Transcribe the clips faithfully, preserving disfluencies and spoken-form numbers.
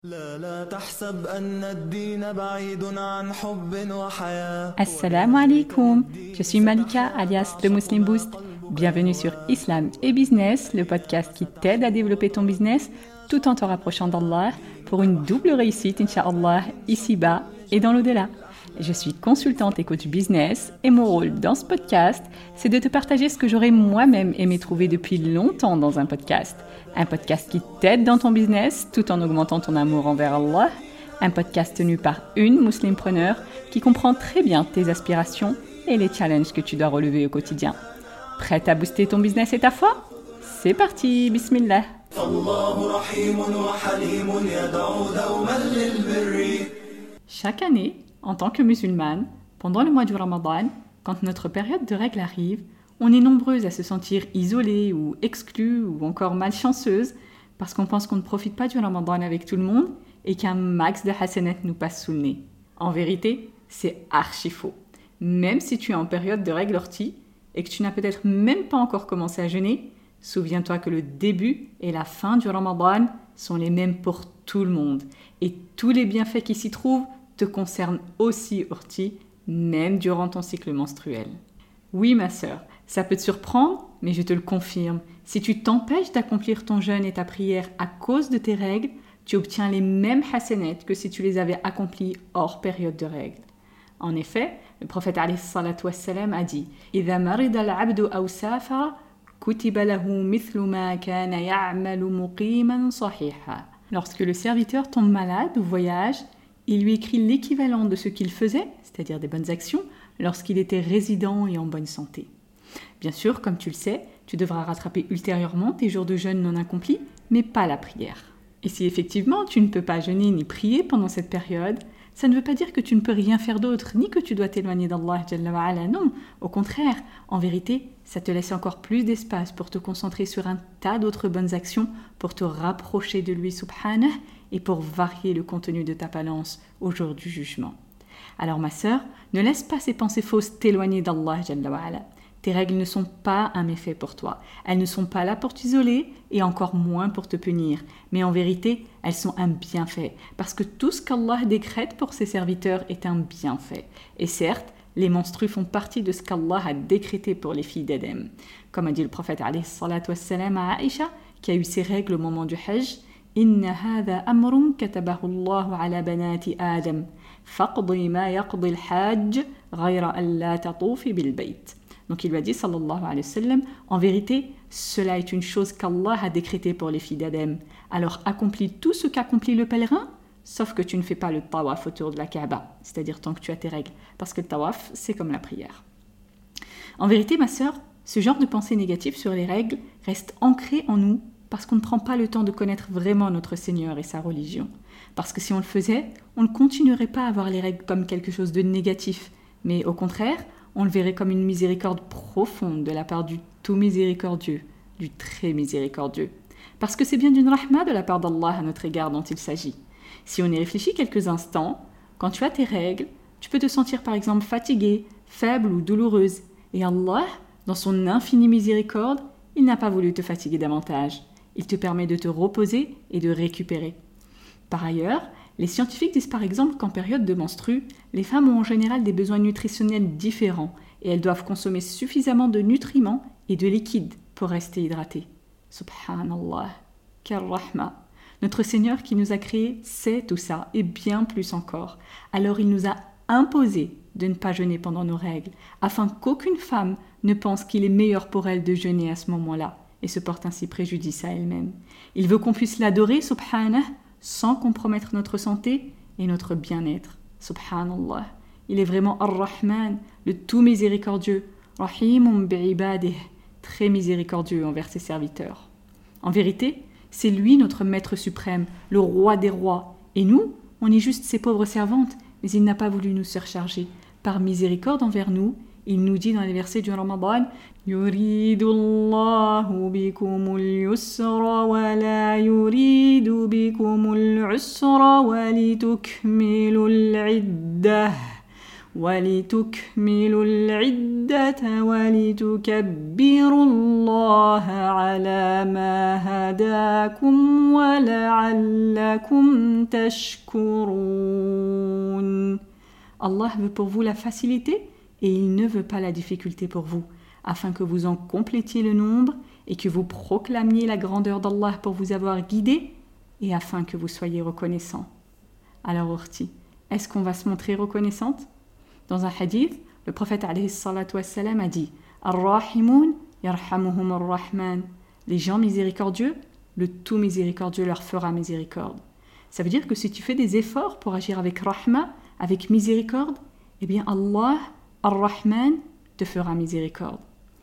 Assalamu alaikum, je suis Malika alias The Muslim Boost. Bienvenue sur Islam et Business, le podcast qui t'aide à développer ton business tout en te rapprochant d'Allah pour une double réussite, Inch'Allah, ici-bas et dans l'au-delà. Je suis consultante et coach business et mon rôle dans ce podcast, c'est de te partager ce que j'aurais moi-même aimé trouver depuis longtemps dans un podcast. Un podcast qui t'aide dans ton business tout en augmentant ton amour envers Allah. Un podcast tenu par une muslimpreneur qui comprend très bien tes aspirations et les challenges que tu dois relever au quotidien. Prête à booster ton business et ta foi ? C'est parti, bismillah. Chaque année, en tant que musulmane, pendant le mois du Ramadan, quand notre période de règles arrive, on est nombreuses à se sentir isolées ou exclues ou encore malchanceuses parce qu'on pense qu'on ne profite pas du Ramadan avec tout le monde et qu'un max de hasanat nous passe sous le nez. En vérité, c'est archi faux. Même si tu es en période de règles orties et que tu n'as peut-être même pas encore commencé à jeûner, souviens-toi que le début et la fin du Ramadan sont les mêmes pour tout le monde et tous les bienfaits qui s'y trouvent te concerne aussi ortie, même durant ton cycle menstruel. Oui, ma sœur, ça peut te surprendre, mais je te le confirme. Si tu t'empêches d'accomplir ton jeûne et ta prière à cause de tes règles, tu obtiens les mêmes hasanat que si tu les avais accomplies hors période de règles. En effet, le prophète alayhi salatu wassalam a dit « إِذَا مَرِضَ الْعَبْدُ أَوْ سَافَرَ كُتِبَ لَهُ مِثْلُ مَا كَانَ يَعْمَلُ مُقِيمًا صَحِيحًا » Lorsque le serviteur tombe malade ou voyage, il lui écrit l'équivalent de ce qu'il faisait, c'est-à-dire des bonnes actions, lorsqu'il était résident et en bonne santé. Bien sûr, comme tu le sais, tu devras rattraper ultérieurement tes jours de jeûne non accomplis, mais pas la prière. Et si effectivement tu ne peux pas jeûner ni prier pendant cette période, ça ne veut pas dire que tu ne peux rien faire d'autre, ni que tu dois t'éloigner d'Allah Jalla wa Ala. Non, au contraire, en vérité, ça te laisse encore plus d'espace pour te concentrer sur un tas d'autres bonnes actions, pour te rapprocher de lui subhanah et pour varier le contenu de ta balance au jour du jugement. Alors ma sœur, ne laisse pas ces pensées fausses t'éloigner d'Allah Jalla wa Ala. Tes règles ne sont pas un méfait pour toi. Elles ne sont pas là pour t'isoler et encore moins pour te punir. Mais en vérité, elles sont un bienfait. Parce que tout ce qu'Allah décrète pour ses serviteurs est un bienfait. Et certes, les menstrues font partie de ce qu'Allah a décrété pour les filles d'Adam. Comme a dit le prophète alayhi salatu wassalam à Aïcha, qui a eu ses règles au moment du Hajj, « Inna hadha amrun katabahu Allahu ala banati Adam. Faqdi ma yaqdi al-hajj, ghayra an la tatufi bil bayt. » Donc il lui a dit, sallallahu alayhi wa sallam, en vérité, cela est une chose qu'Allah a décrétée pour les filles d'Adam. Alors accomplis tout ce qu'accomplit le pèlerin, sauf que tu ne fais pas le tawaf autour de la Kaaba, c'est-à-dire tant que tu as tes règles, parce que le tawaf, c'est comme la prière. En vérité, ma sœur, ce genre de pensée négative sur les règles reste ancré en nous parce qu'on ne prend pas le temps de connaître vraiment notre Seigneur et sa religion. Parce que si on le faisait, on ne continuerait pas à voir les règles comme quelque chose de négatif, mais au contraire, on le verrait comme une miséricorde profonde de la part du tout miséricordieux, du très miséricordieux. Parce que c'est bien d'une rahma de la part d'Allah à notre égard dont il s'agit. Si on y réfléchit quelques instants, quand tu as tes règles, tu peux te sentir par exemple fatiguée, faible ou douloureuse. Et Allah, dans son infinie miséricorde, il n'a pas voulu te fatiguer davantage. Il te permet de te reposer et de récupérer. Par ailleurs, les scientifiques disent par exemple qu'en période de menstrue, les femmes ont en général des besoins nutritionnels différents et elles doivent consommer suffisamment de nutriments et de liquides pour rester hydratées. Subhanallah, quelle rahma. Notre Seigneur qui nous a créés sait tout ça et bien plus encore. Alors il nous a imposé de ne pas jeûner pendant nos règles, afin qu'aucune femme ne pense qu'il est meilleur pour elle de jeûner à ce moment-là et se porte ainsi préjudice à elle-même. Il veut qu'on puisse l'adorer, subhanah, sans compromettre notre santé et notre bien-être. Subhanallah, il est vraiment Ar-Rahman, le tout miséricordieux, Rahimun bi'ibadih, très miséricordieux envers ses serviteurs. En vérité, c'est lui notre maître suprême, le roi des rois, et nous, on est juste ses pauvres servantes, mais il n'a pas voulu nous surcharger. Par miséricorde envers nous, il nous dit dans les versets du Ramadan « Yuridu Allahu bikumul yusra wa la yuridu bikumul usra wa litukmilul iddah وَلِتُكْمِلُوا الْعِدَّةَ وَلِتُكَبِّرُوا اللَّهَ عَلَى مَا هَدَاكُمْ وَلَعَلَّكُمْ تَشْكُرُونَ. Allah veut pour vous la facilité et il ne veut pas la difficulté pour vous, afin que vous en complétiez le nombre et que vous proclamiez la grandeur d'Allah pour vous avoir guidé et afin que vous soyez reconnaissants. Alors Urti, est-ce qu'on va se montrer reconnaissante? Dans un hadith, le prophète alayhi salatu wassalam a dit « Ar-Rahimoun yarhamuhum ar-Rahman » Les gens miséricordieux, le tout miséricordieux leur fera miséricorde. Ça veut dire que si tu fais des efforts pour agir avec Rahma, avec miséricorde, eh bien Allah, Ar-Rahman, te fera miséricorde.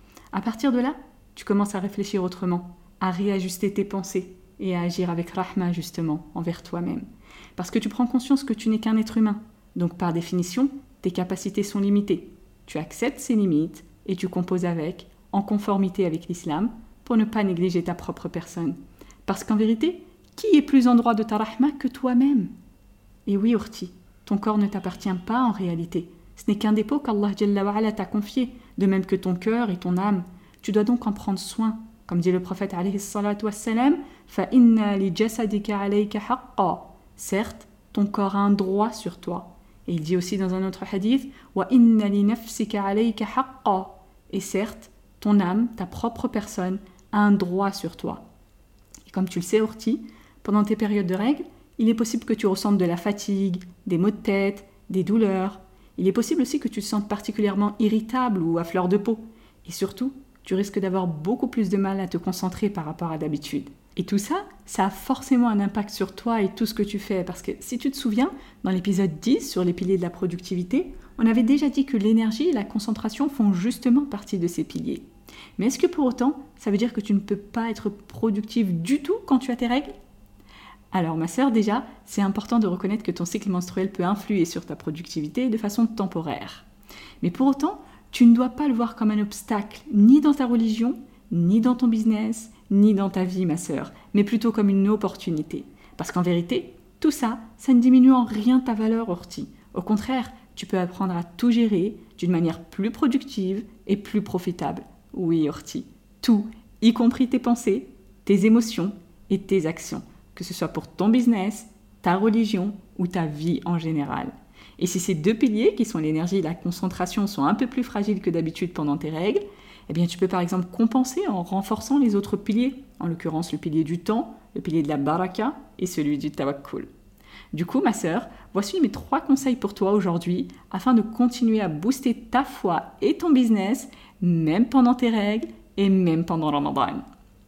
À partir de là, tu commences à réfléchir autrement, à réajuster tes pensées et à agir avec Rahma justement envers toi-même. Parce que tu prends conscience que tu n'es qu'un être humain. Donc par définition, tes capacités sont limitées. Tu acceptes ces limites et tu composes avec, en conformité avec l'islam, pour ne pas négliger ta propre personne. Parce qu'en vérité, qui est plus en droit de ta rahma que toi-même? Et oui, Urti, ton corps ne t'appartient pas en réalité. Ce n'est qu'un dépôt qu'Allah Jalla wa Ala t'a confié, de même que ton cœur et ton âme. Tu dois donc en prendre soin. Comme dit le prophète alayhi salatu wassalam, fa inna li jasadika alayka haqqa. Certes, ton corps a un droit sur toi. Et il dit aussi dans un autre hadith, wa inna li nafsika alayka haqqa. Et certes, ton âme, ta propre personne, a un droit sur toi. Et comme tu le sais, Urti, pendant tes périodes de règles, il est possible que tu ressentes de la fatigue, des maux de tête, des douleurs. Il est possible aussi que tu te sentes particulièrement irritable ou à fleur de peau. Et surtout, tu risques d'avoir beaucoup plus de mal à te concentrer par rapport à d'habitude. Et tout ça, ça a forcément un impact sur toi et tout ce que tu fais. Parce que si tu te souviens, dans l'épisode dix sur les piliers de la productivité, on avait déjà dit que l'énergie et la concentration font justement partie de ces piliers. Mais est-ce que pour autant, ça veut dire que tu ne peux pas être productive du tout quand tu as tes règles? Alors ma sœur, déjà, c'est important de reconnaître que ton cycle menstruel peut influer sur ta productivité de façon temporaire. Mais pour autant, tu ne dois pas le voir comme un obstacle, ni dans ta religion, ni dans ton business, ni dans ta vie, ma sœur, mais plutôt comme une opportunité. Parce qu'en vérité, tout ça, ça ne diminue en rien ta valeur, Urti. Au contraire, tu peux apprendre à tout gérer d'une manière plus productive et plus profitable. Oui, Urti, tout, y compris tes pensées, tes émotions et tes actions, que ce soit pour ton business, ta religion ou ta vie en général. Et si ces deux piliers, qui sont l'énergie et la concentration, sont un peu plus fragiles que d'habitude pendant tes règles, eh bien tu peux par exemple compenser en renforçant les autres piliers, en l'occurrence le pilier du temps, le pilier de la baraka et celui du tawakkul. Du coup, ma sœur, voici mes trois conseils pour toi aujourd'hui afin de continuer à booster ta foi et ton business, même pendant tes règles et même pendant Ramadan.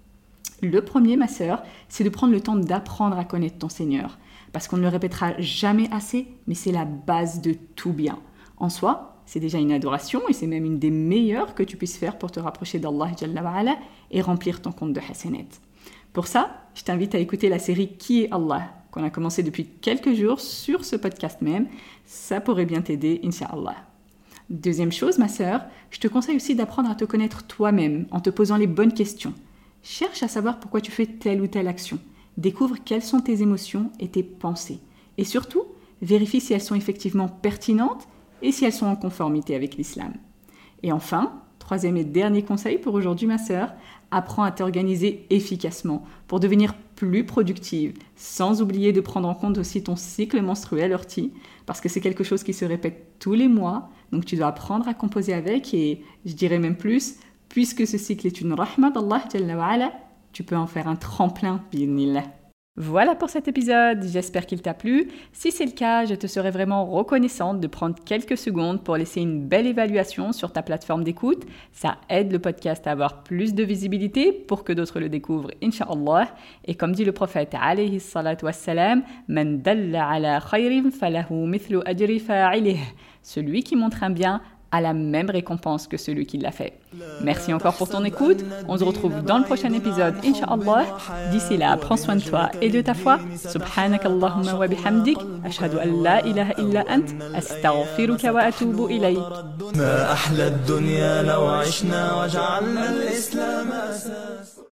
Le premier, ma sœur, c'est de prendre le temps d'apprendre à connaître ton Seigneur. Parce qu'on ne le répétera jamais assez, mais c'est la base de tout bien. En soi, c'est déjà une adoration et c'est même une des meilleures que tu puisses faire pour te rapprocher d'Allah Jalla wa Ala et remplir ton compte de Hasanat. Pour ça, je t'invite à écouter la série Qui est Allah, qu'on a commencé depuis quelques jours sur ce podcast même. Ça pourrait bien t'aider, Inch'Allah. Deuxième chose, ma sœur, je te conseille aussi d'apprendre à te connaître toi-même en te posant les bonnes questions. Cherche à savoir pourquoi tu fais telle ou telle action. Découvre quelles sont tes émotions et tes pensées. Et surtout, vérifie si elles sont effectivement pertinentes et si elles sont en conformité avec l'islam. Et enfin, troisième et dernier conseil pour aujourd'hui, ma sœur, apprends à t'organiser efficacement pour devenir plus productive, sans oublier de prendre en compte aussi ton cycle menstruel, Urti, parce que c'est quelque chose qui se répète tous les mois, donc tu dois apprendre à composer avec et je dirais même plus, puisque ce cycle est une rahma d'Allah Jalla wa Ala, tu peux en faire un tremplin, bi'idhnillah. Voilà pour cet épisode, j'espère qu'il t'a plu. Si c'est le cas, je te serais vraiment reconnaissante de prendre quelques secondes pour laisser une belle évaluation sur ta plateforme d'écoute. Ça aide le podcast à avoir plus de visibilité pour que d'autres le découvrent, Inch'Allah. Et comme dit le prophète, alayhi salatu wassalam, Man dalla ala khayrin falahu mithlu ajri fa'ilih. Celui qui montre un bien a la même récompense que celui qui l'a fait. Merci encore pour ton écoute. On se retrouve dans le prochain épisode, Inch'Allah. D'ici là, prends soin de toi et de ta foi. Subhanak Allahumma wa bihamdik. Ashhadu an la ilaha illa ant. Astaghfiruka wa atubu ilayk. Ma ahla ad-dunya law 'ishna wa ja'alna al-islam asas.